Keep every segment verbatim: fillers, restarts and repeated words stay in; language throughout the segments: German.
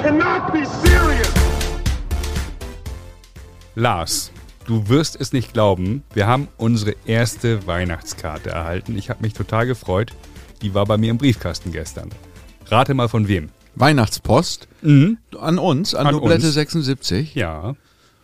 cannot be serious. Lars, du wirst es nicht glauben, wir haben unsere erste Weihnachtskarte erhalten. Ich habe mich total gefreut. Die war bei mir im Briefkasten gestern. Rate mal von wem? Weihnachtspost? Mhm. An uns, an, an Dublette sechsundsiebzig? Ja.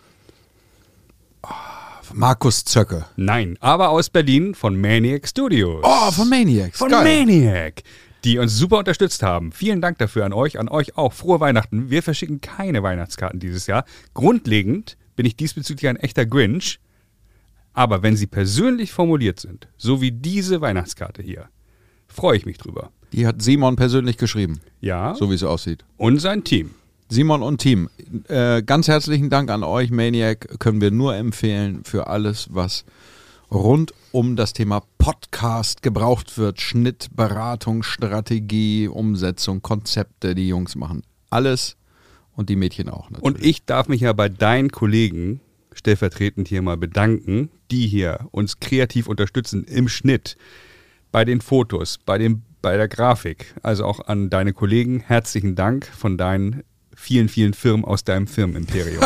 Markus Zöcke. Nein, aber aus Berlin von Maniac Studios. Oh, von Maniac. Von Geil. Maniac. Die uns super unterstützt haben. Vielen Dank dafür an euch, an euch auch. Frohe Weihnachten. Wir verschicken keine Weihnachtskarten dieses Jahr. Grundlegend bin ich diesbezüglich ein echter Grinch. Aber wenn sie persönlich formuliert sind, so wie diese Weihnachtskarte hier, freue ich mich drüber. Die hat Simon persönlich geschrieben. Ja. So wie es aussieht. Und sein Team. Simon und Team, äh, ganz herzlichen Dank an euch. Maniac können wir nur empfehlen für alles, was rund um das Thema Podcast gebraucht wird. Schnitt, Beratung, Strategie, Umsetzung, Konzepte. Die Jungs machen alles und die Mädchen auch natürlich. Und ich darf mich ja bei deinen Kollegen stellvertretend hier mal bedanken, die hier uns kreativ unterstützen im Schnitt, bei den Fotos, bei, dem, bei der Grafik. Also auch an deine Kollegen herzlichen Dank von deinen vielen, vielen Firmen aus deinem Firmenimperium.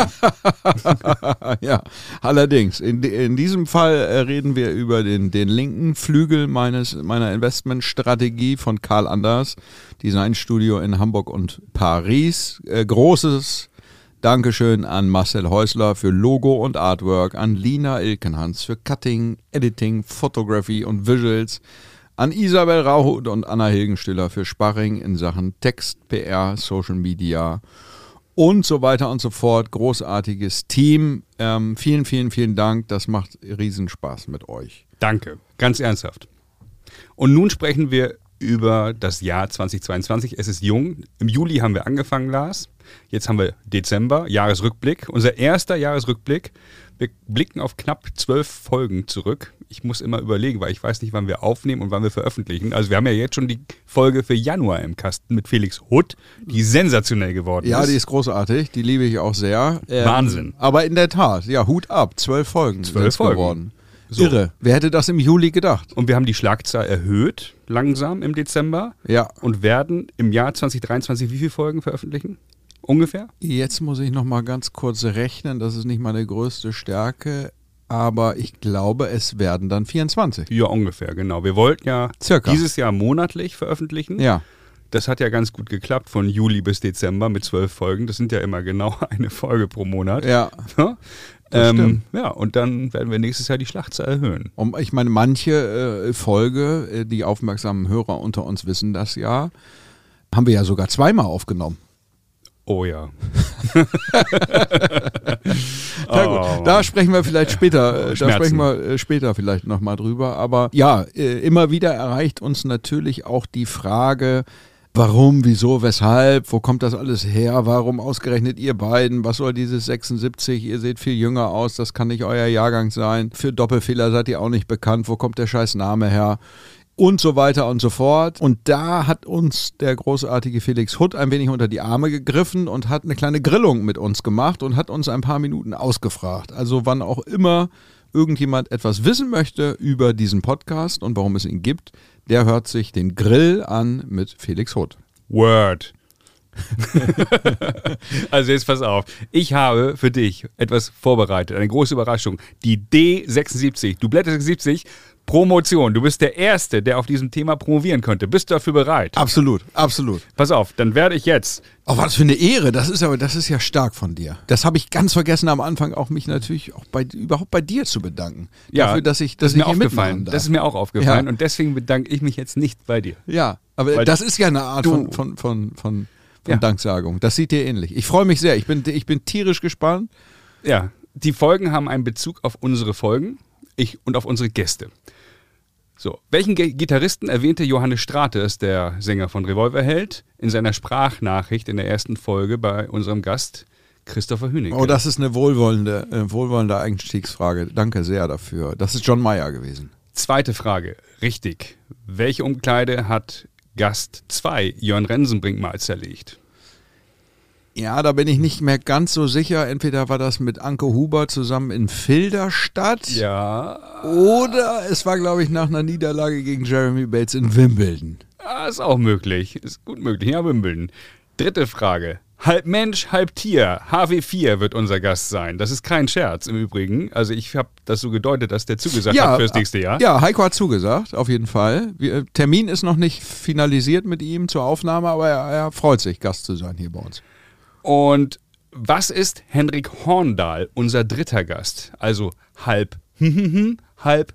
Ja, allerdings. In, in diesem Fall äh, reden wir über den, den linken Flügel meines, meiner Investmentstrategie von Karl Anders, Designstudio in Hamburg und Paris. Äh, großes Dankeschön an Marcel Häusler für Logo und Artwork, an Lina Ilkenhans für Cutting, Editing, Photography und Visuals, an Isabel Rauhut und Anna Hilgenstiller für Sparring in Sachen Text, P R, Social Media und so weiter und so fort. Großartiges Team. Ähm, vielen, vielen, vielen Dank. Das macht Riesenspaß mit euch. Danke, ganz ernsthaft. Und nun sprechen wir über das Jahr zweitausendzweiundzwanzig. Es ist jung. Im Juli haben wir angefangen, Lars. Jetzt haben wir Dezember, Jahresrückblick. Unser erster Jahresrückblick. Wir blicken auf knapp zwölf Folgen zurück. Ich muss immer überlegen, weil ich weiß nicht, wann wir aufnehmen und wann wir veröffentlichen. Also wir haben ja jetzt schon die Folge für Januar im Kasten mit Felix Hutt, die sensationell geworden Ja, ist. die ist großartig. Die liebe ich auch sehr. Ähm, Wahnsinn. Aber in der Tat, ja, Hut ab. Zwölf Folgen Zwölf sind's Folgen. geworden. So. Irre. Wer hätte das im Juli gedacht? Und wir haben die Schlagzahl erhöht, langsam im Dezember. Ja. Und werden im Jahr zweitausenddreiundzwanzig wie viele Folgen veröffentlichen? Ungefähr? Jetzt muss ich noch mal ganz kurz rechnen. Das ist nicht meine größte Stärke. Aber ich glaube, es werden dann vierundzwanzig. Ja, ungefähr, genau. Wir wollten ja Circa. dieses Jahr monatlich veröffentlichen. Ja. Das hat ja ganz gut geklappt, von Juli bis Dezember mit zwölf Folgen. Das sind ja immer genau eine Folge pro Monat. Ja. Ja, Das ähm, stimmt. ja, und dann werden wir nächstes Jahr die Schlagzahl erhöhen. Und ich meine, manche äh, Folge, äh, die aufmerksamen Hörer unter uns wissen das ja, haben wir ja sogar zweimal aufgenommen. Oh ja. Na gut, da sprechen wir vielleicht später, äh, da Schmerzen. sprechen wir äh, später vielleicht nochmal drüber. Aber ja, äh, immer wieder erreicht uns natürlich auch die Frage, warum, wieso, weshalb, wo kommt das alles her, warum ausgerechnet ihr beiden, was soll dieses sechsundsiebzig, ihr seht viel jünger aus, das kann nicht euer Jahrgang sein, für Doppelfehler seid ihr auch nicht bekannt, wo kommt der scheiß Name her? Und so weiter und so fort. Und da hat uns der großartige Felix Hutt ein wenig unter die Arme gegriffen und hat eine kleine Grillung mit uns gemacht und hat uns ein paar Minuten ausgefragt. Also wann auch immer irgendjemand etwas wissen möchte über diesen Podcast und warum es ihn gibt, der hört sich den Grill an mit Felix Hutt. Word. Also jetzt pass auf. Ich habe für dich etwas vorbereitet. Eine große Überraschung. Die D sechsundsiebzig, Dublette sechsundsiebzig, Promotion. Du bist der Erste, der auf diesem Thema promovieren könnte. Bist du dafür bereit? Absolut, absolut. Pass auf, dann werde ich jetzt... Oh, was für eine Ehre. Das ist aber, das ist ja stark von dir. Das habe ich ganz vergessen am Anfang auch mich natürlich auch bei, überhaupt bei dir zu bedanken. Ja, Dafür, dass ich, das dass ist mir ich hier mitmachen aufgefallen. darf. Das ist mir auch aufgefallen Ja. und deswegen bedanke ich mich jetzt nicht bei dir. Ja, aber Weil das ist ja eine Art du- von, von, von, von, von Ja. Danksagung. Das sieht dir ähnlich. Ich freue mich sehr. Ich bin, ich bin tierisch gespannt. Ja, die Folgen haben einen Bezug auf unsere Folgen ich, und auf unsere Gäste. So, welchen G- Gitarristen erwähnte Johannes Strates, der Sänger von Revolverheld, in seiner Sprachnachricht in der ersten Folge bei unserem Gast Christopher Hünecke? Oh, das ist eine wohlwollende, äh, wohlwollende Einstiegsfrage. Danke sehr dafür. Das ist John Mayer gewesen. Zweite Frage, richtig. Welche Umkleide hat Gast zwei Jörn Rensenbrink mal zerlegt? Ja, da bin ich nicht mehr ganz so sicher. Entweder war das mit Anke Huber zusammen in Filderstadt Ja, oder es war, glaube ich, nach einer Niederlage gegen Jeremy Bates in Wimbledon. ah, ist auch möglich. Ist gut möglich. Ja, Wimbledon. Dritte Frage. Halb Mensch, halb Tier. H W vier wird unser Gast sein. Das ist kein Scherz im Übrigen. Also ich habe das so gedeutet, dass der zugesagt Ja, hat fürs nächste Jahr. Ja, Heiko hat zugesagt, auf jeden Fall. Wir, Termin ist noch nicht finalisiert mit ihm zur Aufnahme, aber er, er freut sich, Gast zu sein hier bei uns. Und was ist Henrik Horndahl, unser dritter Gast? Also halb halb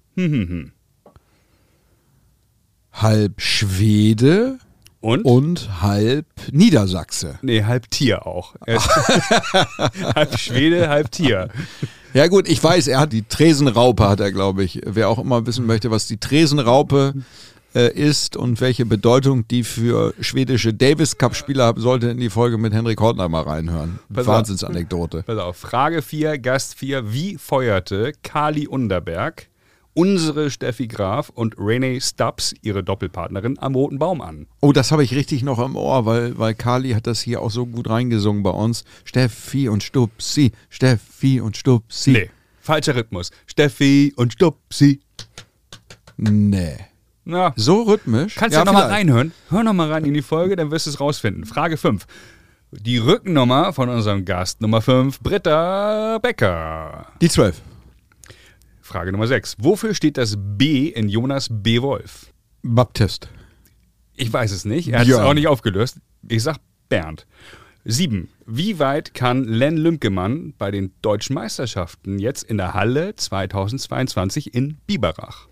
Halb Schwede und? und halb Niedersachse. Nee, halb Tier auch. Er ist halb Schwede, halb Tier. Ja gut, ich weiß, er hat die Tresenraupe, hat er, glaube ich. Wer auch immer wissen möchte, was die Tresenraupe äh, ist und welche Bedeutung die für schwedische Davis-Cup-Spieler hat, sollte in die Folge mit Henrik Horndahl mal reinhören. Pass Wahnsinnsanekdote. Pass auf, Frage vier, Gast vier. Wie feuerte Kali Underberg unsere Steffi Graf und Renee Stubbs, ihre Doppelpartnerin, am Roten Baum an? Oh, das habe ich richtig noch im Ohr, weil, weil Kali hat das hier auch so gut reingesungen bei uns. Steffi und Stupsi, Steffi und Stupsi. Nee, falscher Rhythmus. Steffi und Stupsi. Nee. Na, So rhythmisch? kannst du ja, nochmal reinhören? Hör nochmal rein in die Folge, dann wirst du es rausfinden. Frage fünf. Die Rückennummer von unserem Gast Nummer fünf, Britta Becker. Die zwölf. Frage Nummer sechs. Wofür steht das B in Jonas B. Wolf? Baptist. Ich weiß es nicht. Er hat Ja. es auch nicht aufgelöst. Ich sag Bernd. Sieben. Wie weit kann Len Lümkemann bei den Deutschen Meisterschaften jetzt in der Halle zweitausendzweiundzwanzig in Biberach?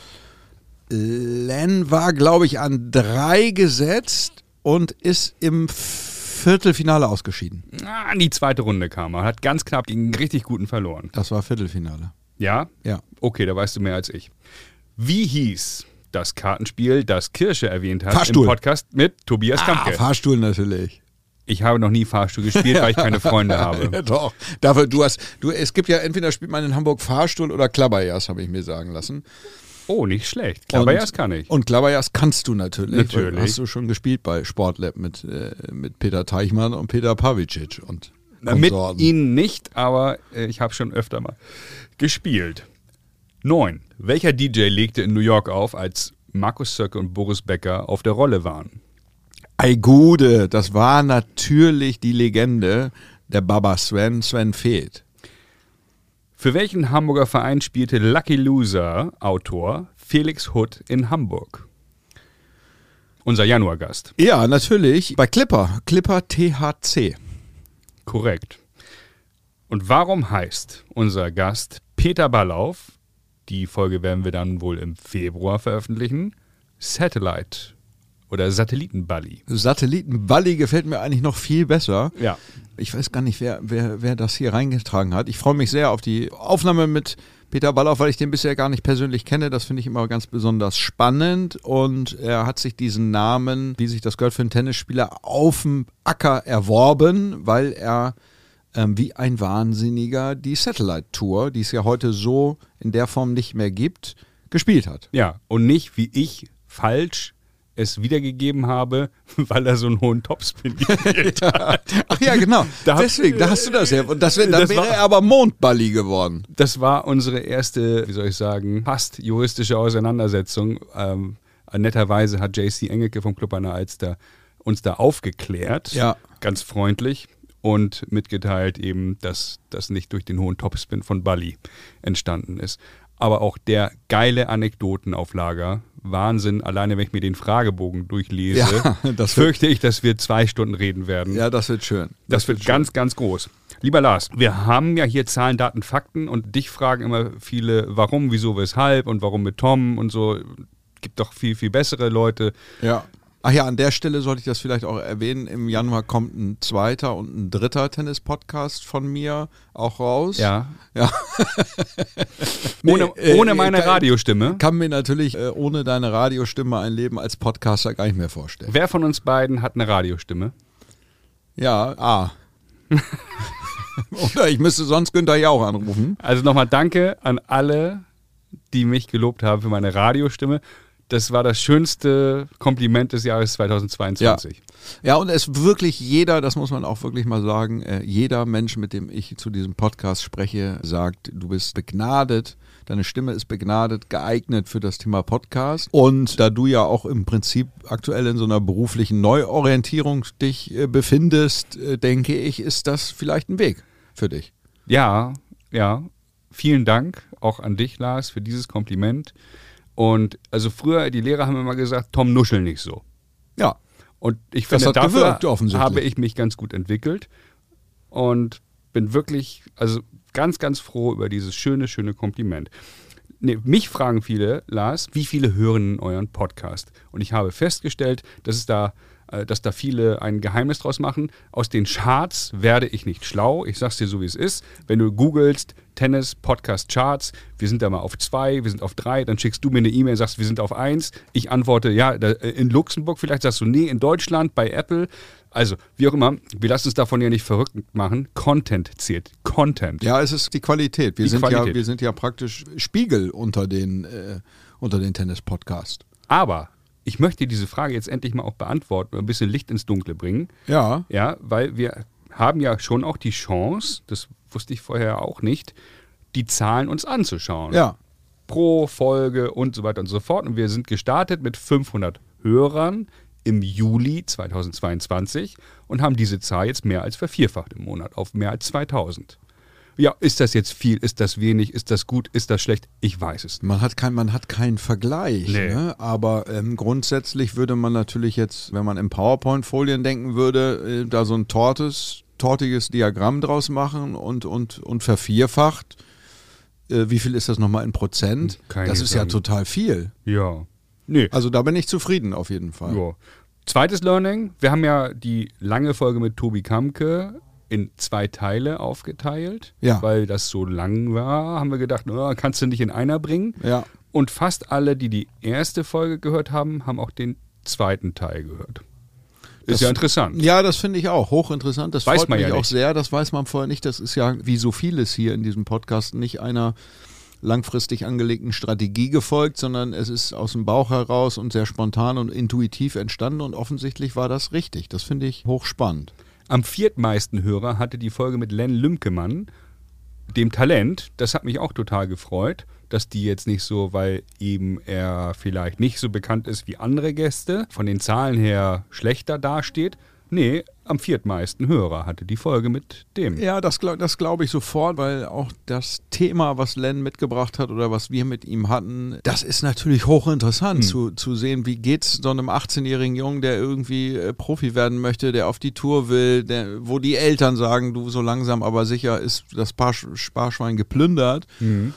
Len war, glaube ich, an drei gesetzt und ist im Viertelfinale ausgeschieden. Ah, in die zweite Runde kam er. Hat ganz knapp gegen einen richtig guten verloren. Das war Viertelfinale. Ja? Ja. Okay, da weißt du mehr als ich. Wie hieß das Kartenspiel, das Kirsche erwähnt hat Fahrstuhl. im Podcast mit Tobias Ah, Kampke? Fahrstuhl natürlich. Ich habe noch nie Fahrstuhl gespielt, weil ich keine Freunde habe. Ja, doch. Dafür, du hast, du, es gibt ja entweder spielt man in Hamburg Fahrstuhl oder Klabberjas, habe ich mir sagen lassen. Oh, nicht schlecht. Klabberjas kann ich. Und Klabberjas kannst du natürlich. Natürlich. Weil Hast du schon gespielt bei Sportlab mit, äh, mit Peter Teichmann und Peter Pavicic und Mit Konsorten. Ihnen nicht, aber äh, ich habe schon öfter mal gespielt. Neun. Welcher D J legte in New York auf, als Markus Zöcke und Boris Becker auf der Rolle waren? Ei Gude, das war natürlich die Legende, der Baba Sven, Sven Feth. Für welchen Hamburger Verein spielte Lucky Loser Autor Felix Hutt in Hamburg? Unser Januargast. Ja, natürlich. Bei Clipper, Clipper T H C. Korrekt. Und warum heißt unser Gast Peter Ballauf, die Folge werden wir dann wohl im Februar veröffentlichen, Satellite oder Satellitenballi? Satellitenballi gefällt mir eigentlich noch viel besser. Ja. Ich weiß gar nicht, wer, wer, wer das hier reingetragen hat. Ich freue mich sehr auf die Aufnahme mit Peter Ballauf, weil ich den bisher gar nicht persönlich kenne. Das finde ich immer ganz besonders spannend. Und er hat sich diesen Namen, wie sich das gehört für einen Tennisspieler, auf dem Acker erworben, weil er ähm, wie ein Wahnsinniger die Satellite Tour, die es ja heute so in der Form nicht mehr gibt, gespielt hat. Ja, und nicht wie ich falsch es wiedergegeben habe, weil er so einen hohen Topspin gespielt hat. Ach ja, genau. Da hab- Deswegen, da hast du das ja. Und das wär, dann Das wäre war- er aber Mondballi geworden. Das war unsere erste, wie soll ich sagen, fast juristische Auseinandersetzung. Ähm, netterweise hat J C Engelke vom Club Anna Alster uns da aufgeklärt, Ja. ganz freundlich, und mitgeteilt eben, dass das nicht durch den hohen Topspin von Balli entstanden ist. Aber auch der geile Anekdotenauflager, Wahnsinn, alleine wenn ich mir den Fragebogen durchlese, Ja, das wird- fürchte ich, dass wir zwei Stunden reden werden. Ja, das wird schön. Das, wird ganz, ganz groß. Lieber Lars, wir haben ja hier Zahlen, Daten, Fakten und dich fragen immer viele, warum, wieso, weshalb und warum mit Tom und so. Gibt doch viel, viel bessere Leute. Ja. Ach ja, an der Stelle sollte ich das vielleicht auch erwähnen. Im Januar kommt ein zweiter und ein dritter Tennis-Podcast von mir auch raus. Ja. Ja. Ohne, Nee, äh, ohne meine kann- Radiostimme. Kann mir natürlich äh, ohne deine Radiostimme ein Leben als Podcaster gar nicht mehr vorstellen. Wer von uns beiden hat eine Radiostimme? Ja, A. Oder ich müsste sonst Günther Jauch anrufen. Also nochmal danke an alle, die mich gelobt haben für meine Radiostimme. Das war das schönste Kompliment des Jahres zweitausendzweiundzwanzig. Ja, und es wirklich jeder, das muss man auch wirklich mal sagen, äh, jeder Mensch, mit dem ich zu diesem Podcast spreche, sagt, du bist begnadet, Deine Stimme ist begnadet, geeignet für das Thema Podcast. Und da du ja auch im Prinzip aktuell in so einer beruflichen Neuorientierung dich äh, befindest, äh, denke ich, ist das vielleicht ein Weg für dich. Ja, ja. Vielen Dank auch an dich, Lars, für dieses Kompliment. Und also früher, die Lehrer haben immer gesagt, Tom, nuschel nicht so. Ja. Und ich Das finde, hat dafür gewirkt, offensichtlich. habe ich mich ganz gut entwickelt und bin wirklich, also ganz, ganz froh über dieses schöne, schöne Kompliment. Nee, mich fragen viele, Lars, wie viele hören euren Podcast? Und ich habe festgestellt, dass es da, äh, dass da viele ein Geheimnis draus machen. Aus den Charts werde ich nicht schlau. Ich sag's dir so, wie es ist. Wenn du googelst, Tennis Podcast Charts, wir sind da mal auf zwei, wir sind auf drei, dann schickst du mir eine E-Mail, sagst, wir sind auf eins. Ich antworte, ja, da, in Luxemburg vielleicht, sagst du, nee, in Deutschland, bei Apple. Also, wie auch immer, wir lassen uns davon ja nicht verrückt machen. Content zählt. Content. Ja, es ist die Qualität. Wir, Die sind, Qualität. Ja, wir sind ja praktisch Spiegel unter den, äh, unter den Tennis-Podcasts. Aber ich möchte diese Frage jetzt endlich mal auch beantworten, ein bisschen Licht ins Dunkle bringen. Ja. Ja, weil wir haben ja schon auch die Chance, das wusste ich vorher auch nicht, die Zahlen uns anzuschauen. Ja. Pro Folge und so weiter und so fort. Und wir sind gestartet mit fünfhundert Hörern im Juli zweitausendzweiundzwanzig und haben diese Zahl jetzt mehr als vervierfacht im Monat auf mehr als zweitausend. Ja, ist das jetzt viel? Ist das wenig? Ist das gut? Ist das schlecht? Ich weiß es nicht. Man hat, kein, man hat keinen Vergleich, Nee. ne? Aber ähm, grundsätzlich würde man natürlich jetzt, wenn man in PowerPoint-Folien denken würde, äh, da so ein tortes, tortiges Diagramm draus machen und, und, und vervierfacht. Äh, wie viel ist das nochmal in Prozent? Keine das ist ja Ahnung. total viel. Ja. Nee. Also da bin ich zufrieden auf jeden Fall. Ja. Zweites Learning, wir haben ja die lange Folge mit Tobi Kamke in zwei Teile aufgeteilt, Ja. weil das so lang war, haben wir gedacht, oh, kannst du nicht in einer bringen. Ja. Und fast alle, die die erste Folge gehört haben, haben auch den zweiten Teil gehört. Ist Das- ja interessant. Ja, das finde ich auch hochinteressant. Das Weiß freut man mich ja auch nicht. sehr. Das weiß man vorher nicht. Das ist ja wie so vieles hier in diesem Podcast nicht einer langfristig angelegten Strategie gefolgt, sondern es ist aus dem Bauch heraus und sehr spontan und intuitiv entstanden und offensichtlich war das richtig. Das finde ich hochspannend. Am viertmeisten Hörer hatte die Folge mit Len Lümkemann, dem Talent. Das hat mich auch total gefreut, dass die jetzt nicht so, weil eben er vielleicht nicht so bekannt ist wie andere Gäste, von den Zahlen her schlechter dasteht. Nee, am viertmeisten Hörer hatte die Folge mit dem. Ja, das, glaub- das glaube ich sofort, weil auch das Thema, was Len mitgebracht hat oder was wir mit ihm hatten, das ist natürlich hochinteressant zu, zu sehen, wie geht es so einem achtzehnjährigen Jungen, der irgendwie äh, Profi werden möchte, der auf die Tour will, der, wo die Eltern sagen, du, so langsam aber sicher ist das Paar- Sparschwein geplündert.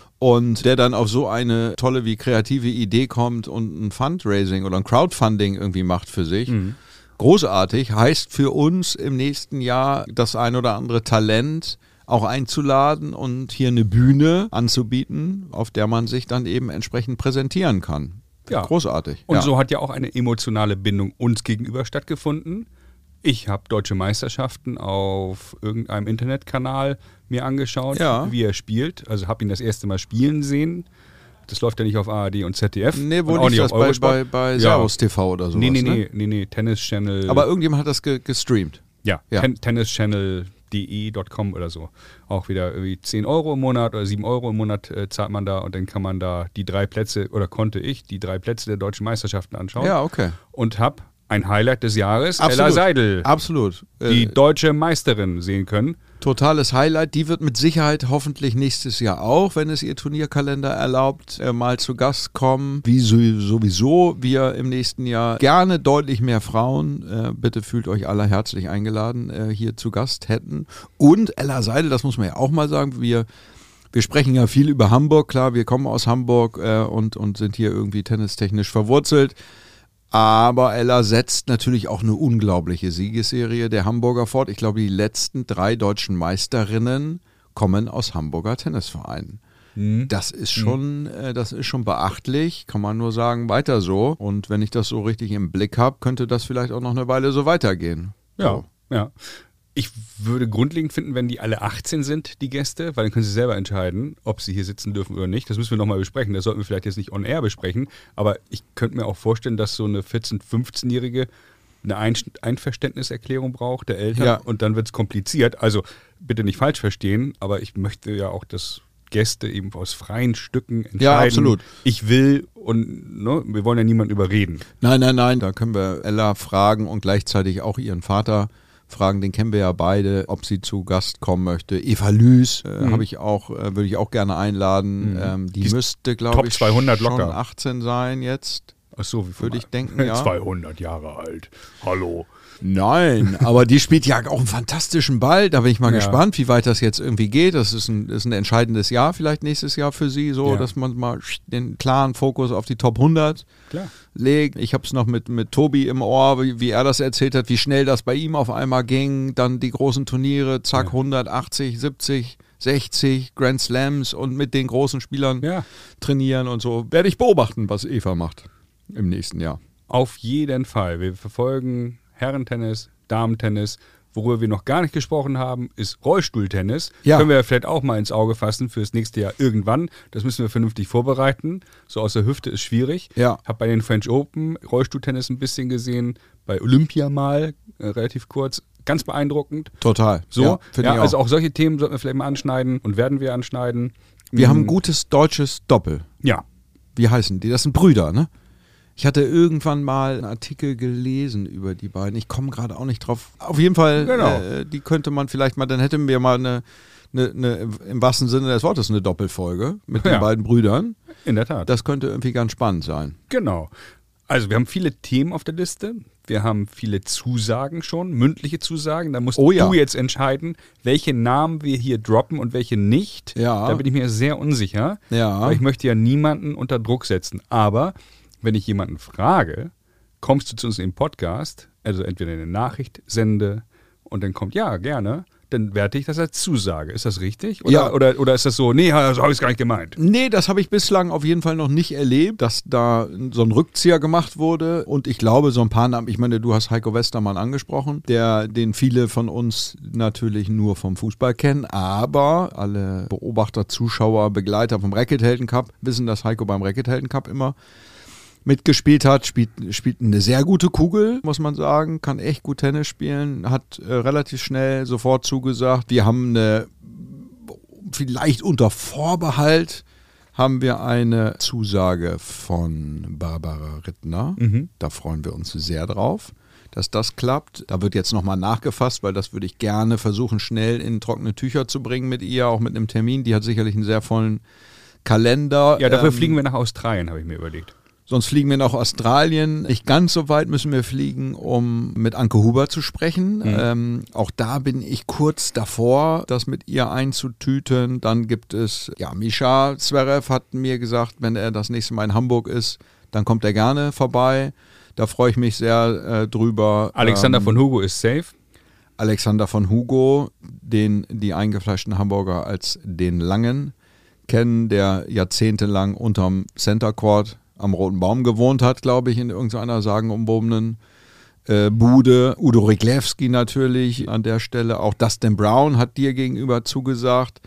Und der dann auf so eine tolle wie kreative Idee kommt und ein Fundraising oder ein Crowdfunding irgendwie macht für sich. Großartig, heißt für uns im nächsten Jahr das ein oder andere Talent auch einzuladen und hier eine Bühne anzubieten, auf der man sich dann eben entsprechend präsentieren kann. Ja. Großartig. Und ja. so hat ja auch eine emotionale Bindung uns gegenüber stattgefunden. Ich habe deutsche Meisterschaften auf irgendeinem Internetkanal mir angeschaut, Ja. wie er spielt. Also habe ihn das erste Mal spielen sehen. Das läuft ja nicht auf A R D und Z D F. Nee, wo und auch liegt nicht das auf bei, Eurosport. bei, bei Ja. Servus T V oder sowas? Nee, nee, ne? nee, nee, nee, Tennis Channel. Aber irgendjemand hat das ge gestreamt. ja, ja. Ten Tennis Channel punkt de punkt com oder so. Auch wieder irgendwie zehn Euro im Monat oder sieben Euro im Monat äh, zahlt man da und dann kann man da die drei Plätze, oder konnte ich, die drei Plätze der deutschen Meisterschaften anschauen. Ja, okay. Und habe ein Highlight des Jahres, Ella Absolut. Seidel, Absolut. die Äh, deutsche Meisterin, sehen können. Totales Highlight. Die wird mit Sicherheit hoffentlich nächstes Jahr auch, wenn es ihr Turnierkalender erlaubt, äh, mal zu Gast kommen. Wie so, sowieso wir im nächsten Jahr gerne deutlich mehr Frauen, äh, bitte fühlt euch alle herzlich eingeladen, äh, hier zu Gast hätten. Und Ella Seidel, das muss man ja auch mal sagen, wir Wir sprechen ja viel über Hamburg, klar, wir kommen aus Hamburg äh, und, und sind hier irgendwie tennistechnisch verwurzelt. Aber Ella setzt natürlich auch eine unglaubliche Siegesserie der Hamburger fort. Ich glaube, die letzten drei deutschen Meisterinnen kommen aus Hamburger Tennisvereinen. Mhm. Das ist schon, äh, das ist schon beachtlich, kann man nur sagen, weiter so. Und wenn ich das so richtig im Blick habe, könnte das vielleicht auch noch eine Weile so weitergehen. Ja, So. ja. Ich würde grundlegend finden, wenn die alle achtzehn sind, die Gäste, weil dann können sie selber entscheiden, ob sie hier sitzen dürfen oder nicht. Das müssen wir nochmal besprechen. Das sollten wir vielleicht jetzt nicht on air besprechen. Aber ich könnte mir auch vorstellen, dass so eine vierzehn-, fünfzehnjährige eine Ein- Einverständniserklärung braucht der Eltern Ja. und dann wird es kompliziert. Also bitte nicht falsch verstehen, aber ich möchte ja auch, dass Gäste eben aus freien Stücken entscheiden. Ja, absolut. Ich will und ne, wir wollen ja niemanden überreden. Nein, nein, nein, da können wir Ella fragen und gleichzeitig auch ihren Vater fragen, den kennen wir ja beide, ob sie zu Gast kommen möchte. Eva Lüß äh, Mhm. habe ich auch, äh, würde ich auch gerne einladen. Mhm. Ähm, die, Die ist müsste, glaube Top ich, zweihundert schon locker. achtzehn sein jetzt. Ach so, wie viel Würde mal? ich denken, ja. zweihundert Jahre alt. Hallo. Nein, aber die spielt ja auch einen fantastischen Ball. Da bin ich mal Ja. gespannt, wie weit das jetzt irgendwie geht. Das ist ein, ist ein entscheidendes Jahr vielleicht nächstes Jahr für sie, so Ja. dass man mal den klaren Fokus auf die Top hundert Klar. legt. Ich habe es noch mit, mit Tobi im Ohr, wie, wie er das erzählt hat, wie schnell das bei ihm auf einmal ging. Dann die großen Turniere, zack, Ja. hundertachtzig, siebzig, sechzig Grand Slams und mit den großen Spielern Ja. trainieren und so. Werde ich beobachten, was Eva macht im nächsten Jahr. Auf jeden Fall. Wir verfolgen Herrentennis, Damentennis. Worüber wir noch gar nicht gesprochen haben, ist Rollstuhltennis. Ja. Können wir vielleicht auch mal ins Auge fassen fürs nächste Jahr irgendwann. Das müssen wir vernünftig vorbereiten. So aus der Hüfte ist schwierig. Ja. Habe bei den French Open Rollstuhltennis ein bisschen gesehen, bei Olympia mal, äh, relativ kurz. Ganz beeindruckend. Total. So, ja, ja, finde ich auch. also auch solche Themen sollten wir vielleicht mal anschneiden und werden wir anschneiden. Wir Mhm. haben ein gutes deutsches Doppel. Ja, Wie heißen die? Das sind Brüder, ne? Ich hatte irgendwann mal einen Artikel gelesen über die beiden. Ich komme gerade auch nicht drauf. Auf jeden Fall, Genau. äh, die könnte man vielleicht mal, dann hätten wir mal eine, eine, eine im wahrsten Sinne des Wortes eine Doppelfolge mit den Ja. beiden Brüdern. in der Tat. Das könnte irgendwie ganz spannend sein. Genau. Also wir haben viele Themen auf der Liste. Wir haben viele Zusagen schon, mündliche Zusagen. Da musst Oh ja. du jetzt entscheiden, welche Namen wir hier droppen und welche nicht. Ja. Da bin ich mir sehr unsicher. Ja. Weil ich möchte ja niemanden unter Druck setzen. Aber wenn ich jemanden frage, kommst du zu uns in den Podcast, also entweder eine Nachricht sende und dann kommt, ja, gerne, dann werte ich das als Zusage. Ist das richtig? Oder, Ja. oder, oder ist das so, nee, so habe ich es gar nicht gemeint? Nee, das habe ich bislang auf jeden Fall noch nicht erlebt, dass da so ein Rückzieher gemacht wurde. Und ich glaube, so ein paar Namen, ich meine, du hast Heiko Westermann angesprochen, der, den viele von uns natürlich nur vom Fußball kennen, aber alle Beobachter, Zuschauer, Begleiter vom Racquethelden Cup wissen, dass Heiko beim Racquethelden Cup immer mitgespielt hat, spielt, spielt eine sehr gute Kugel, muss man sagen, kann echt gut Tennis spielen, hat äh, relativ schnell sofort zugesagt. Wir haben eine, vielleicht unter Vorbehalt, haben wir eine Zusage von Barbara Rittner. Mhm. Da freuen wir uns sehr drauf, dass das klappt. Da wird jetzt nochmal nachgefasst, weil das würde ich gerne versuchen, schnell in trockene Tücher zu bringen mit ihr, auch mit einem Termin. Die hat sicherlich einen sehr vollen Kalender. Ja, dafür Ähm, fliegen wir nach Australien, habe ich mir überlegt. Sonst fliegen wir nach Australien. Nicht ganz so weit müssen wir fliegen, um mit Anke Huber zu sprechen. Mhm. Ähm, auch da bin ich kurz davor, das mit ihr einzutüten. Dann gibt es, ja, Mischa Zverev hat mir gesagt, wenn er das nächste Mal in Hamburg ist, dann kommt er gerne vorbei. Da freue ich mich sehr äh, drüber. Alexander Ähm, von Hugo ist safe. Alexander von Hugo, den die eingefleischten Hamburger als den Langen kennen, der jahrzehntelang unterm Center Court am Roten Baum gewohnt hat, glaube ich, in irgendeiner sagenumwobenen äh, Bude. Udo Riglewski natürlich an der Stelle. Auch Dustin Brown hat dir gegenüber zugesagt.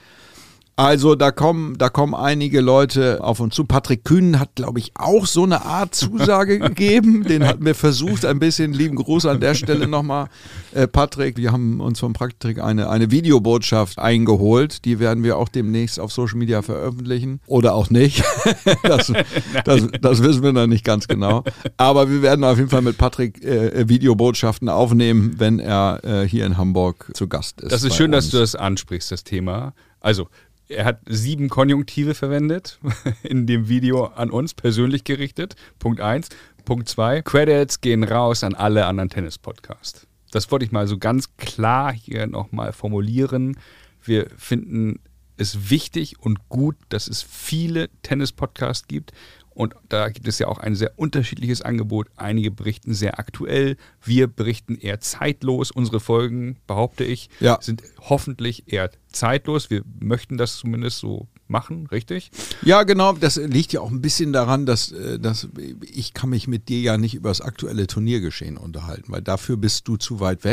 Also da kommen, da kommen einige Leute auf uns zu. Patrick Kühn hat, glaube ich, auch so eine Art Zusage gegeben. Den hatten wir versucht, ein bisschen, lieben Gruß an der Stelle nochmal. Äh, Patrick, wir haben uns von Patrick eine, eine Videobotschaft eingeholt. Die werden wir auch demnächst auf Social Media veröffentlichen. Oder auch nicht. das, das, das wissen wir noch nicht ganz genau. Aber wir werden auf jeden Fall mit Patrick äh, Videobotschaften aufnehmen, wenn er äh, hier in Hamburg zu Gast ist. Das ist bei schön, uns. dass du das ansprichst, das Thema. Also, er hat sieben Konjunktive verwendet in dem Video an uns, persönlich gerichtet. Punkt eins. Punkt zwei. Credits gehen raus an alle anderen Tennis-Podcasts. Das wollte ich mal so ganz klar hier nochmal formulieren. Wir finden es wichtig und gut, dass es viele Tennis-Podcasts gibt. Und da gibt es ja auch ein sehr unterschiedliches Angebot. Einige berichten sehr aktuell, wir berichten eher zeitlos. Unsere Folgen, behaupte ich, Ja. sind hoffentlich eher zeitlos. Wir möchten das zumindest so machen, richtig? Ja, genau. Das liegt ja auch ein bisschen daran, dass, äh, dass ich kann mich mit dir ja nicht über das aktuelle Turniergeschehen unterhalten, weil dafür bist du zu weit weg.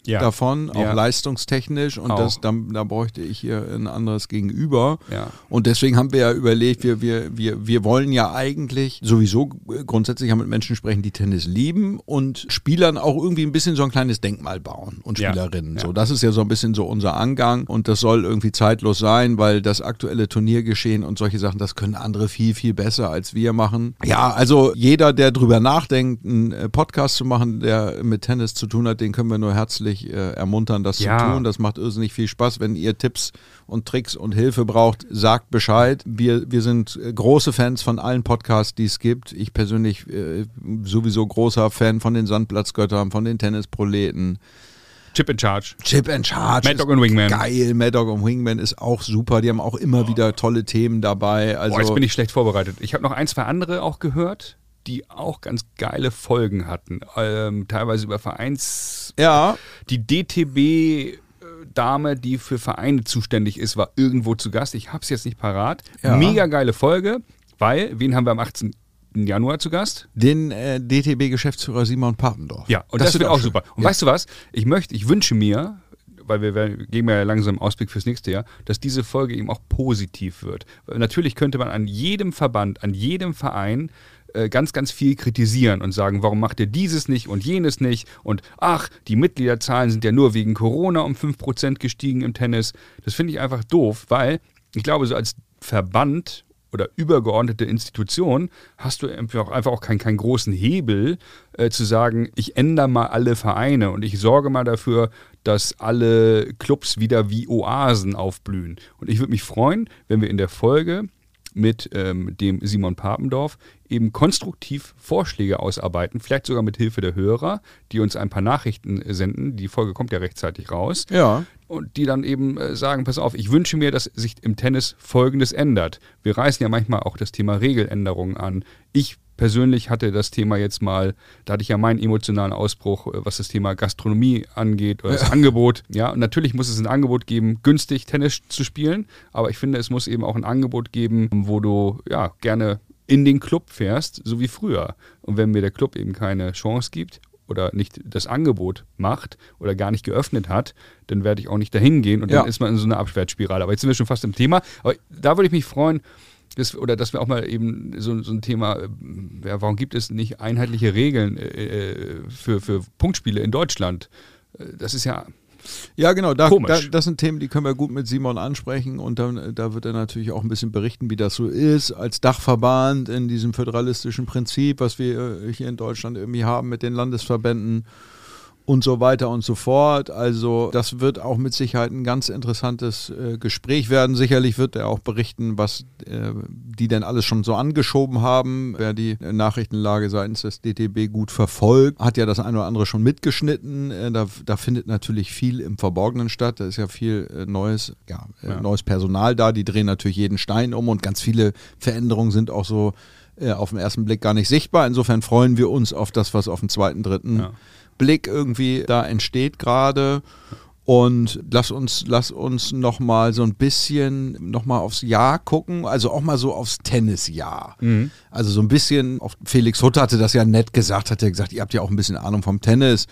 ja. davon, auch ja. leistungstechnisch und auch. das, da, da bräuchte ich hier ein anderes Gegenüber. Ja. Und deswegen haben wir ja überlegt, wir, wir, wir, wir wollen ja eigentlich sowieso grundsätzlich ja mit Menschen sprechen, die Tennis lieben und Spielern auch irgendwie ein bisschen so ein kleines Denkmal bauen und Spielerinnen. Ja. So, ja. das ist ja so ein bisschen so unser Angang und das soll irgendwie zeitlos sein, weil das aktuelle Turniergeschehen und solche Sachen, das können andere viel, viel besser als wir machen. Ja, also jeder, der drüber nachdenkt, einen Podcast zu machen, der mit Tennis zu tun hat, den können wir nur herzlich äh, ermuntern, das ja. zu tun. Das macht irrsinnig viel Spaß. Wenn ihr Tipps und Tricks und Hilfe braucht, sagt Bescheid. Wir, wir sind große Fans von allen Podcasts, die es gibt. Ich persönlich äh, sowieso großer Fan von den Sandplatzgöttern, von den Tennisproleten. Chip in Charge. Chip in Charge. Mad Dog und Wingman. Geil. Mad Dog und Wingman ist auch super. Die haben auch immer oh. wieder tolle Themen dabei. Also Boah, jetzt bin ich schlecht vorbereitet. Ich habe noch ein, zwei andere auch gehört, die auch ganz geile Folgen hatten. Ähm, teilweise über Vereins... Ja. Die D T B-Dame, die für Vereine zuständig ist, war irgendwo zu Gast. Ich habe es jetzt nicht parat. Ja. Mega geile Folge, weil, wen haben wir am achtzehnten Januar zu Gast? Den äh, D T B-Geschäftsführer Simon Papendorf. Ja, und das, das wird auch schön. Super. Und ja. weißt du was? Ich möchte, ich wünsche mir, weil wir, wir geben ja langsam Ausblick fürs nächste Jahr, dass diese Folge eben auch positiv wird. Weil natürlich könnte man an jedem Verband, an jedem Verein äh, ganz, ganz viel kritisieren und sagen, warum macht ihr dieses nicht und jenes nicht und ach, die Mitgliederzahlen sind ja nur wegen Corona um fünf Prozent gestiegen im Tennis. Das finde ich einfach doof, weil ich glaube, so als Verband oder übergeordnete Institution hast du einfach auch keinen, keinen großen Hebel äh, zu sagen, ich ändere mal alle Vereine und ich sorge mal dafür, dass alle Clubs wieder wie Oasen aufblühen. Und ich würde mich freuen, wenn wir in der Folge mit ähm, dem Simon Papendorf eben konstruktiv Vorschläge ausarbeiten, vielleicht sogar mit Hilfe der Hörer, die uns ein paar Nachrichten senden. Die Folge kommt ja rechtzeitig raus. Ja. Und die dann eben äh, sagen, pass auf, ich wünsche mir, dass sich im Tennis Folgendes ändert. Wir reißen ja manchmal auch das Thema Regeländerungen an. Ich persönlich hatte das Thema jetzt mal, da hatte ich ja meinen emotionalen Ausbruch, was das Thema Gastronomie angeht oder das ja. Angebot. Ja, und natürlich muss es ein Angebot geben, günstig Tennis zu spielen, aber ich finde, es muss eben auch ein Angebot geben, wo du ja gerne in den Club fährst, so wie früher. Und wenn mir der Club eben keine Chance gibt oder nicht das Angebot macht oder gar nicht geöffnet hat, dann werde ich auch nicht dahin gehen und ja. dann ist man in so einer Abwärtsspirale. Aber jetzt sind wir schon fast im Thema. Aber da würde ich mich freuen, Das, oder dass wir auch mal eben so, so ein Thema, ja, warum gibt es nicht einheitliche Regeln äh, für, für Punktspiele in Deutschland? Das ist ja Ja, genau, da, komisch. Da, das sind Themen, die können wir gut mit Simon ansprechen und dann, da wird er natürlich auch ein bisschen berichten, wie das so ist, als Dachverband in diesem föderalistischen Prinzip, was wir hier in Deutschland irgendwie haben mit den Landesverbänden und so weiter und so fort. Also das wird auch mit Sicherheit ein ganz interessantes äh, Gespräch werden. Sicherlich wird er auch berichten, was äh, die denn alles schon so angeschoben haben. Wer die Nachrichtenlage seitens des D T B gut verfolgt, hat ja das eine oder andere schon mitgeschnitten. Äh, da, da findet natürlich viel im Verborgenen statt. Da ist ja viel äh, neues, ja, äh, ja. neues Personal da. Die drehen natürlich jeden Stein um und ganz viele Veränderungen sind auch so äh, auf den ersten Blick gar nicht sichtbar. Insofern freuen wir uns auf das, was auf den zweiten, dritten ja. Blick irgendwie da entsteht gerade. Und lass uns, lass uns nochmal so ein bisschen nochmal aufs Jahr gucken, also auch mal so aufs Tennisjahr. Mhm. Also so ein bisschen, auch Felix Hutt hatte das ja nett gesagt, hat er gesagt, ihr habt ja auch ein bisschen Ahnung vom Tennis.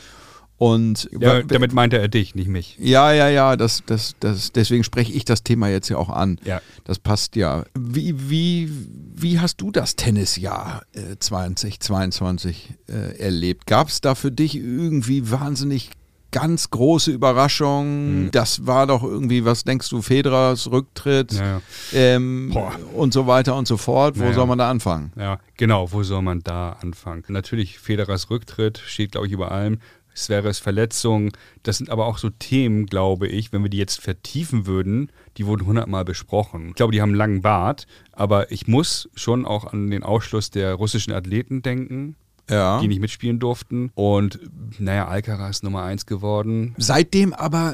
Und ja, damit meinte er dich, nicht mich. Ja, ja, ja, das, das, das, deswegen spreche ich das Thema jetzt ja auch an. Ja. Das passt ja. Wie, wie, wie hast du das Tennisjahr äh, zwanzig zweiundzwanzig äh, erlebt? Gab es da für dich irgendwie wahnsinnig ganz große Überraschungen? Mhm. Das war doch irgendwie, was denkst du, Federers Rücktritt ja, ja. Ähm, und so weiter und so fort. Wo ja, soll man da anfangen? Ja, genau, wo soll man da anfangen? Natürlich, Federers Rücktritt steht, glaube ich, über allem. Zveres Verletzung, das sind aber auch so Themen, glaube ich, wenn wir die jetzt vertiefen würden, die wurden hundertmal besprochen. Ich glaube, die haben einen langen Bart, aber ich muss schon auch an den Ausschluss der russischen Athleten denken, ja. die nicht mitspielen durften. Und naja, Alcaraz ist Nummer eins geworden. Seitdem aber,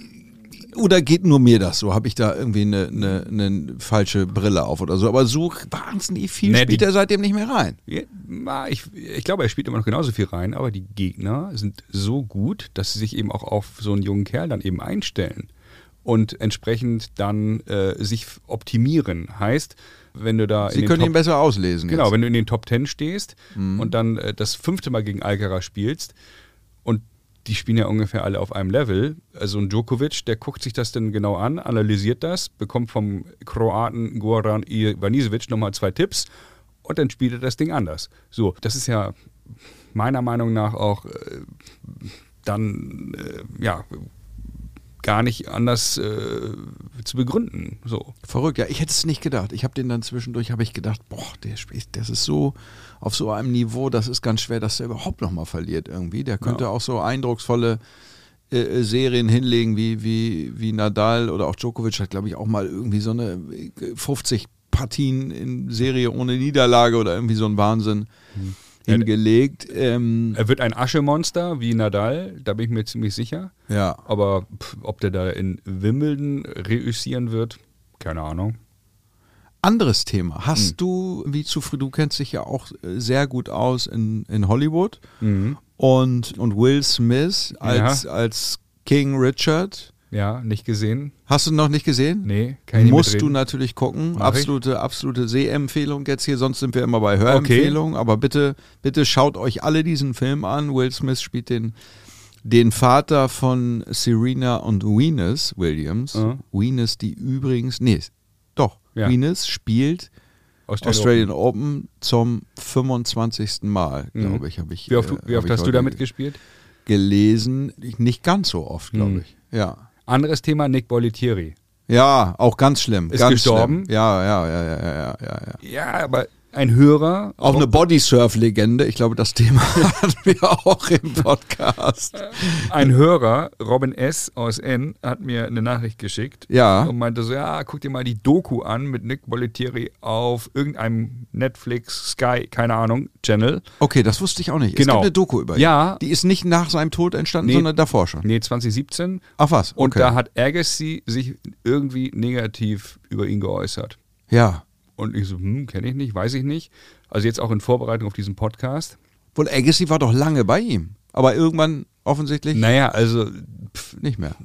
oder geht nur mir das so? Habe ich da irgendwie eine, eine, eine falsche Brille auf oder so? Aber so wahnsinnig viel nee, spielt die, er seitdem nicht mehr rein. Ja, ich, ich glaube, er spielt immer noch genauso viel rein, aber die Gegner sind so gut, dass sie sich eben auch auf so einen jungen Kerl dann eben einstellen und entsprechend dann äh, sich optimieren. Heißt, wenn du da Sie in den können Top, ihn besser auslesen. Genau, jetzt. wenn du in den Top Ten stehst mhm. und dann äh, das fünfte Mal gegen Alcaraz spielst und die spielen ja ungefähr alle auf einem Level. Also ein Djokovic, der guckt sich das dann genau an, analysiert das, bekommt vom Kroaten Goran Ivanisevic nochmal zwei Tipps und dann spielt er das Ding anders. So, das ist ja meiner Meinung nach auch äh, dann, äh, ja, gar nicht anders äh, zu begründen. So. Verrückt, ja, ich hätte es nicht gedacht. Ich habe den dann zwischendurch, habe ich gedacht, boah, der spielt, das ist so auf so einem Niveau, das ist ganz schwer, dass der überhaupt nochmal verliert irgendwie. Der könnte ja auch so eindrucksvolle äh, Serien hinlegen, wie, wie, wie Nadal oder auch Djokovic hat, glaube ich, auch mal irgendwie so eine fünfzig Partien in Serie ohne Niederlage oder irgendwie so ein Wahnsinn hm. hingelegt. Ähm, er wird ein Aschemonster wie Nadal, da bin ich mir ziemlich sicher. Ja. Aber pff, ob der da in Wimbledon reüssieren wird, keine Ahnung. Anderes Thema. Hast hm. du, wie zu früh, du kennst dich ja auch sehr gut aus in, in Hollywood mhm. und, und Will Smith als, ja. als King Richard. Ja, nicht gesehen. Hast du noch nicht gesehen? Nee, kann ich nicht Musst mitreden. du natürlich gucken. Mach Absolute, absolute Sehempfehlung jetzt hier, sonst sind wir immer bei Hörempfehlung. Okay. Aber bitte, bitte schaut euch alle diesen Film an. Will Smith spielt den, den Vater von Serena und Venus Williams. Mhm. Venus, die übrigens, nee, doch, ja. Venus spielt Australian, Australian Open. Open zum fünfundzwanzigsten Mal, mhm. glaube ich, habe ich. Wie oft, äh, wie oft hast du damit gespielt? Gelesen, nicht ganz so oft, glaube mhm. ich. Ja. Anderes Thema, Nick Bollettieri. Ja, auch ganz schlimm. Ist ganz gestorben. Schlimm. Ja, ja, ja, ja, ja, ja, ja. Ja, aber ein Hörer. Auch eine Bodysurf-Legende. Ich glaube, das Thema hatten wir auch im Podcast. Ein Hörer, Robin S. aus N., hat mir eine Nachricht geschickt. Ja. Und meinte so, ja, guck dir mal die Doku an mit Nick Bollettieri auf irgendeinem Netflix, Sky, keine Ahnung, Channel. Okay, das wusste ich auch nicht. Genau. Es gibt eine Doku über ihn. Ja. Die ist nicht nach seinem Tod entstanden, nee, sondern davor schon. Nee, zwanzig siebzehn. Ach was, okay. Und da hat Agassi sich irgendwie negativ über ihn geäußert. Ja. Und ich so, hm, kenne ich nicht, weiß ich nicht. Also jetzt auch in Vorbereitung auf diesen Podcast. Wohl, Agassi war doch lange bei ihm. Aber irgendwann offensichtlich Naja, also pff, nicht mehr.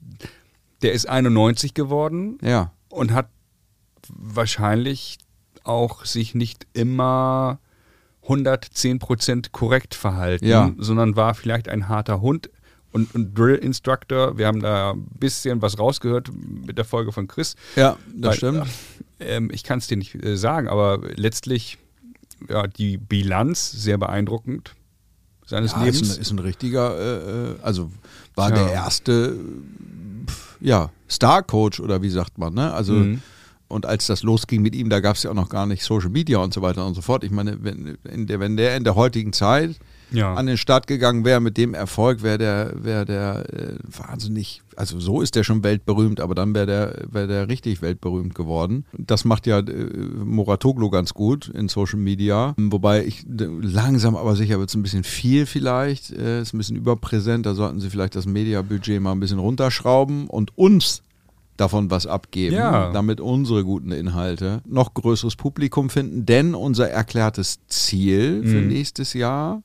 Der ist einundneunzig geworden. Ja. Und hat wahrscheinlich auch sich nicht immer hundertzehn Prozent korrekt verhalten, ja. sondern war vielleicht ein harter Hund. Und, und Drill-Instructor, wir haben da ein bisschen was rausgehört mit der Folge von Chris. Ja, das Weil, stimmt. Äh, ich kann es dir nicht äh, sagen, aber letztlich ja, die Bilanz sehr beeindruckend seines ja, Lebens. Ist ein, ist ein richtiger, äh, also war ja. der erste ja, Star-Coach oder wie sagt man, ne? Also mhm. Und als das losging mit ihm, da gab es ja auch noch gar nicht Social Media und so weiter und so fort. Ich meine, wenn, in der, wenn der in der heutigen Zeit ja. an den Start gegangen wäre mit dem Erfolg, wäre der, wär der äh, wahnsinnig, also so ist der schon weltberühmt, aber dann wäre der, wär der richtig weltberühmt geworden. Das macht ja äh, Mouratoglou ganz gut in Social Media, wobei ich langsam aber sicher wird es ein bisschen viel vielleicht, äh, ist ein bisschen überpräsent, da sollten sie vielleicht das Mediabudget mal ein bisschen runterschrauben und uns davon was abgeben, ja. damit unsere guten Inhalte noch größeres Publikum finden, denn unser erklärtes Ziel für mhm. nächstes Jahr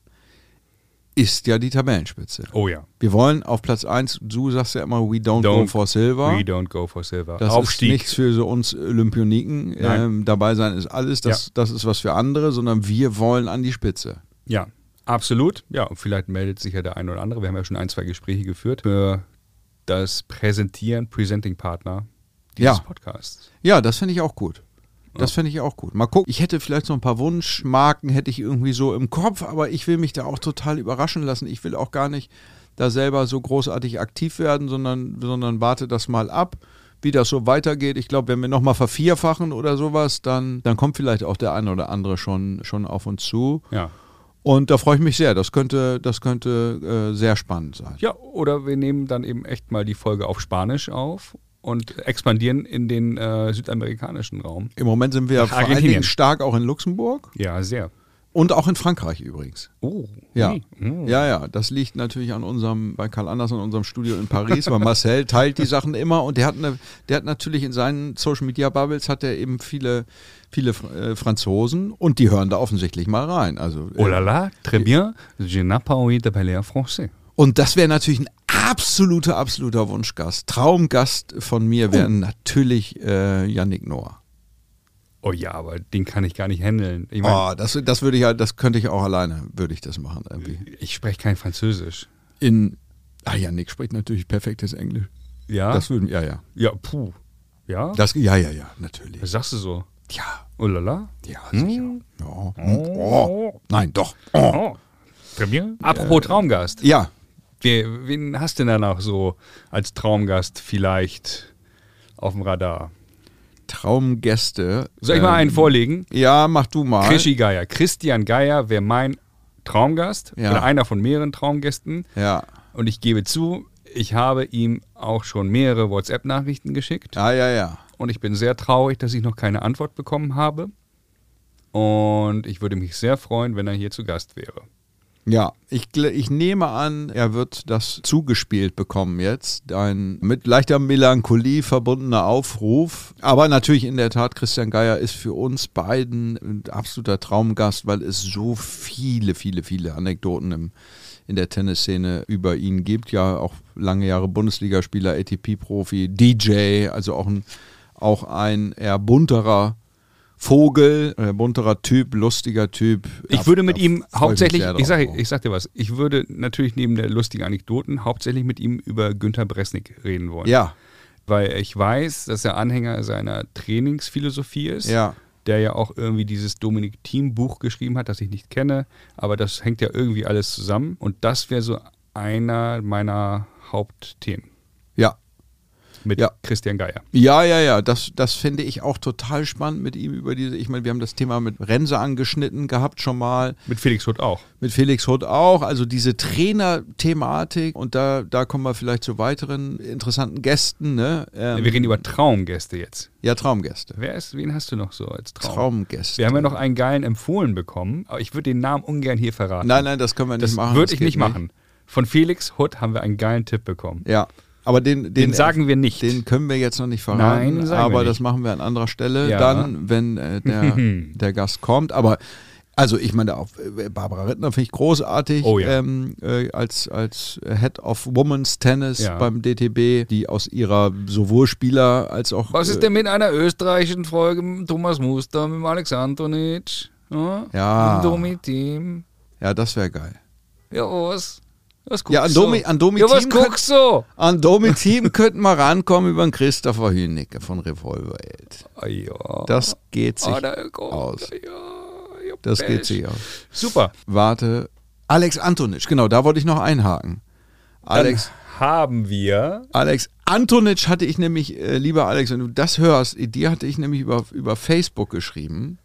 ist ja die Tabellenspitze. Oh ja. Wir wollen auf Platz eins, du sagst ja immer, we don't, don't go for silver. We don't go for silver. Das Aufstieg. ist nichts für so uns Olympioniken. Ähm, dabei sein ist alles, das, ja. das ist was für andere, sondern wir wollen an die Spitze. Ja, absolut. Ja, und vielleicht meldet sich ja der eine oder andere. Wir haben ja schon ein, zwei Gespräche geführt für das Präsentieren, Presenting-Partner dieses ja. Podcasts. Ja, das finde ich auch gut. Das finde ich auch gut. Mal gucken. Ich hätte vielleicht so ein paar Wunschmarken, hätte ich irgendwie so im Kopf, aber ich will mich da auch total überraschen lassen. Ich will auch gar nicht da selber so großartig aktiv werden, sondern, sondern warte das mal ab, wie das so weitergeht. Ich glaube, wenn wir nochmal vervierfachen oder sowas, dann, dann kommt vielleicht auch der eine oder andere schon, schon auf uns zu. Ja. Und da freue ich mich sehr. Das könnte, das könnte äh, sehr spannend sein. Ja, oder wir nehmen dann eben echt mal die Folge auf Spanisch auf und expandieren in den äh, südamerikanischen Raum. Im Moment sind wir vor allen Dingen stark auch in Luxemburg. Ja, sehr. Und auch in Frankreich übrigens. Oh. Ja. Oh. ja, ja, das liegt natürlich an unserem, bei Karl Anders in unserem Studio in Paris, weil Marcel teilt die Sachen immer und der hat eine, der hat natürlich in seinen Social Media Bubbles hat er eben viele, viele äh, Franzosen und die hören da offensichtlich mal rein. Also, oh la la, très bien, je n'ai pas envie de parler français. Und das wäre natürlich ein absoluter, absoluter Wunschgast. Traumgast von mir wäre oh. natürlich äh, Yannick Noah. Oh ja, aber den kann ich gar nicht handeln. Ich mein, oh, das, das würde ich ja, das könnte ich auch alleine, würde ich das machen irgendwie. Ich spreche kein Französisch. In Ah ja, Nick spricht natürlich perfektes Englisch. Ja? Das würden, ja, ja. Ja, puh. Ja? Das, ja, ja, ja, natürlich. Was sagst du so? Ja. Oh lala? Ja, Hm? sicher. Ja. Oh. Nein, doch. Oh. Oh. Premier? Apropos Traumgast. Ja. Wer, wen hast du denn da noch so als Traumgast vielleicht auf dem Radar? Traumgäste. Soll ich mal einen vorlegen? Ja, mach du mal. Krischi Geier. Christian Geier wäre mein Traumgast Ja. oder einer von mehreren Traumgästen. Ja. Und ich gebe zu, ich habe ihm auch schon mehrere WhatsApp-Nachrichten geschickt. Ja, ja, ja. Und ich bin sehr traurig, dass ich noch keine Antwort bekommen habe. Und ich würde mich sehr freuen, wenn er hier zu Gast wäre. Ja, ich, gl- ich nehme an, er wird das zugespielt bekommen jetzt. Ein mit leichter Melancholie verbundener Aufruf. Aber natürlich in der Tat, Christian Geier ist für uns beiden ein absoluter Traumgast, weil es so viele, viele, viele Anekdoten im, in der Tennisszene über ihn gibt. Ja, auch lange Jahre Bundesligaspieler, A T P-Profi, D J, also auch ein, auch ein eher bunterer Vogel, äh, bunterer Typ, lustiger Typ. Ich Da- würde mit da ihm freu hauptsächlich, mich sehr ich sage drauf. ich sag dir was, ich würde natürlich neben der lustigen Anekdoten hauptsächlich mit ihm über Günter Bresnik reden wollen. Ja, Weil ich weiß, dass er Anhänger seiner Trainingsphilosophie ist. ja. Der ja auch irgendwie dieses Dominik-Thiem-Buch geschrieben hat, das ich nicht kenne, aber das hängt ja irgendwie alles zusammen und das wäre so einer meiner Hauptthemen Ja, mit Ja. Christian Geier. ja, ja, ja, das, das finde ich auch total spannend mit ihm über diese, ich meine, wir haben das Thema mit Rense angeschnitten gehabt schon mal, Mit Felix Hutt auch. mit Felix Hutt auch, also diese Trainer-Thematik und da, da kommen wir vielleicht zu weiteren interessanten Gästen, ne? Ähm, Wir reden über Traumgäste jetzt. ja, Traumgäste. Wer ist, wen hast du noch so als Traum? Traumgäste. Wir haben ja noch einen geilen empfohlen bekommen, aber ich würde den Namen ungern hier verraten. Nein, nein, das können wir nicht das machen. würde das ich geht nicht machen. Von Felix Hutt haben wir einen geilen Tipp bekommen. Ja, aber den, den, Den sagen wir nicht. Den können wir jetzt noch nicht verraten, Nein, den sagen wir aber nicht. das machen wir an anderer Stelle Ja. dann, wenn äh, der, der Gast kommt. Aber also ich meine, auch äh, Barbara Rittner finde ich großartig Oh ja. ähm, äh, als, als Head of Women's Tennis Ja. beim D T B, die aus ihrer sowohl Spieler als auch Was ist äh, denn mit einer österreichischen Folge mit dem Thomas Muster, mit dem Alex Antonic? Ja, Ja. mit dem Domi-Team. ja, das wäre geil. Ja, was? Was guckst Ja, an du? Domi, an Domi Ja, was Team guckst du? An Domi Team könnten wir rankommen über den Christopher Hünicke von Revolver Eld. Ah, ja. Das geht sich Ah, da kommt- aus. Ja, ja, Das Mensch. geht sich aus. Super. Warte. Alex Antonic, genau, da wollte ich noch einhaken. Alex, Dann haben wir. Alex Antonic hatte ich nämlich, äh, lieber Alex, wenn du das hörst, dir hatte ich nämlich über, über Facebook geschrieben,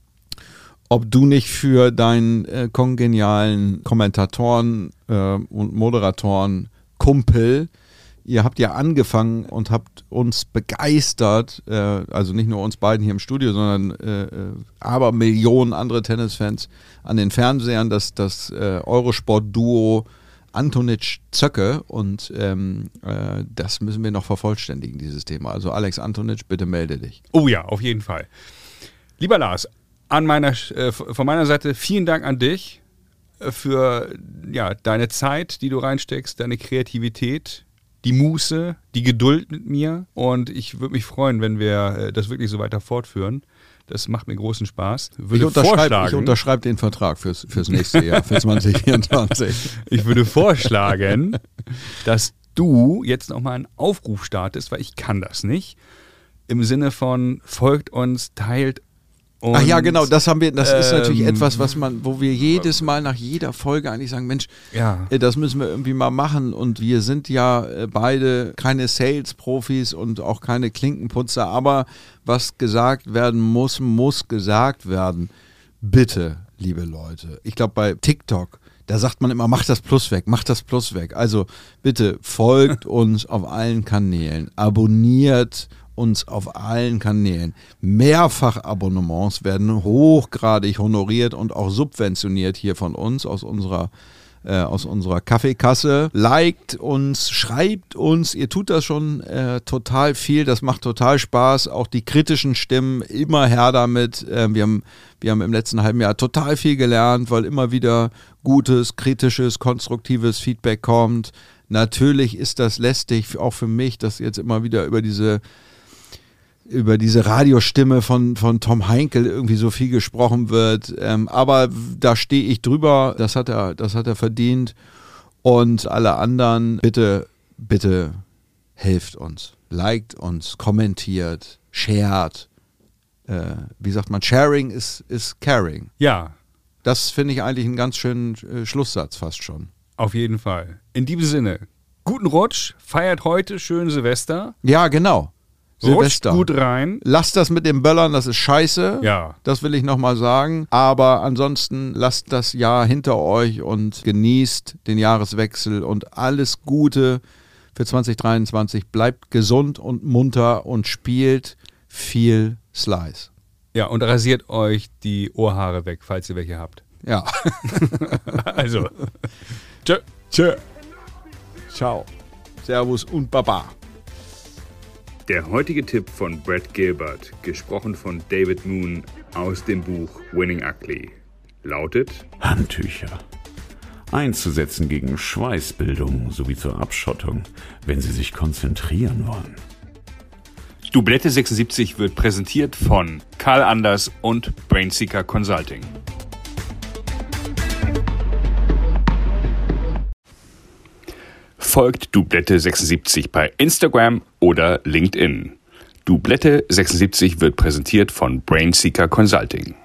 ob du nicht für deinen äh, kongenialen Kommentatoren äh, und Moderatoren Kumpel, ihr habt ja angefangen und habt uns begeistert, äh, also nicht nur uns beiden hier im Studio, sondern äh, äh, aber Millionen andere Tennisfans an den Fernsehern, das, das äh, Eurosport-Duo Antonic Zöcke und ähm, äh, das müssen wir noch vervollständigen, dieses Thema. Also Alex Antonic, bitte melde dich. Oh ja, auf jeden Fall. Lieber Lars, an meiner, äh, von meiner Seite vielen Dank an dich äh, für ja, deine Zeit, die du reinsteckst, deine Kreativität, die Muße, die Geduld mit mir. Und ich würde mich freuen, wenn wir äh, das wirklich so weiter fortführen. Das macht mir großen Spaß. Würde Ich unterschreibe vorschlagen, ich unterschreib den Vertrag fürs, fürs nächste Jahr, für zwanzig vierundzwanzig. ich würde vorschlagen, dass du jetzt nochmal einen Aufruf startest, weil ich kann das nicht. Im Sinne von folgt uns, teilt uns. Ach ja, genau, das haben wir, das ist natürlich ähm, etwas, was man, wo wir jedes Mal nach jeder Folge eigentlich sagen, Mensch, Ja. äh, das müssen wir irgendwie mal machen und wir sind ja äh, beide keine Sales-Profis und auch keine Klinkenputzer, aber was gesagt werden muss, muss gesagt werden. Bitte, liebe Leute, ich glaube bei TikTok, da sagt man immer, mach das Plus weg, mach das Plus weg. Also bitte folgt uns auf allen Kanälen, abonniert uns auf allen Kanälen. Mehrfach-Abonnements werden hochgradig honoriert und auch subventioniert hier von uns aus unserer äh, aus unserer Kaffeekasse. Liked uns, schreibt uns, ihr tut das schon äh, total viel, das macht total Spaß. Auch die kritischen Stimmen, immer her damit. Äh, wir haben, wir haben im letzten halben Jahr total viel gelernt, weil immer wieder gutes, kritisches, konstruktives Feedback kommt. Natürlich ist das lästig, auch für mich, dass jetzt immer wieder über diese über diese Radiostimme von, von Tom Heinkel irgendwie so viel gesprochen wird. Ähm, aber da stehe ich drüber, das hat er, das hat er verdient. Und alle anderen, bitte, bitte helft uns. Liked uns, kommentiert, shared. Äh, wie sagt man, sharing is, is caring. Ja. Das finde ich eigentlich einen ganz schönen äh, Schlusssatz fast schon. Auf jeden Fall. In diesem Sinne, guten Rutsch, feiert heute schön Silvester. Ja, genau. Rutscht Silvester. gut rein. Lasst das mit dem Böllern, das ist scheiße. Ja. Das will ich nochmal sagen. Aber ansonsten lasst das Jahr hinter euch und genießt den Jahreswechsel und alles Gute für zwanzig dreiundzwanzig. Bleibt gesund und munter und spielt viel Slice. Ja, und rasiert euch die Ohrhaare weg, falls ihr welche habt. Ja. Also. Tschö. Tschö. Ciao. Servus und Baba. Der heutige Tipp von Brad Gilbert, gesprochen von David Moon aus dem Buch Winning Ugly, lautet: Handtücher. Einzusetzen gegen Schweißbildung sowie zur Abschottung, wenn Sie sich konzentrieren wollen. Dublette sechsundsiebzig wird präsentiert von Karl Anders und Brainseeker Consulting. Folgt Dublette sechsundsiebzig bei Instagram oder LinkedIn. Dublette sechsundsiebzig wird präsentiert von Brainseeker Consulting.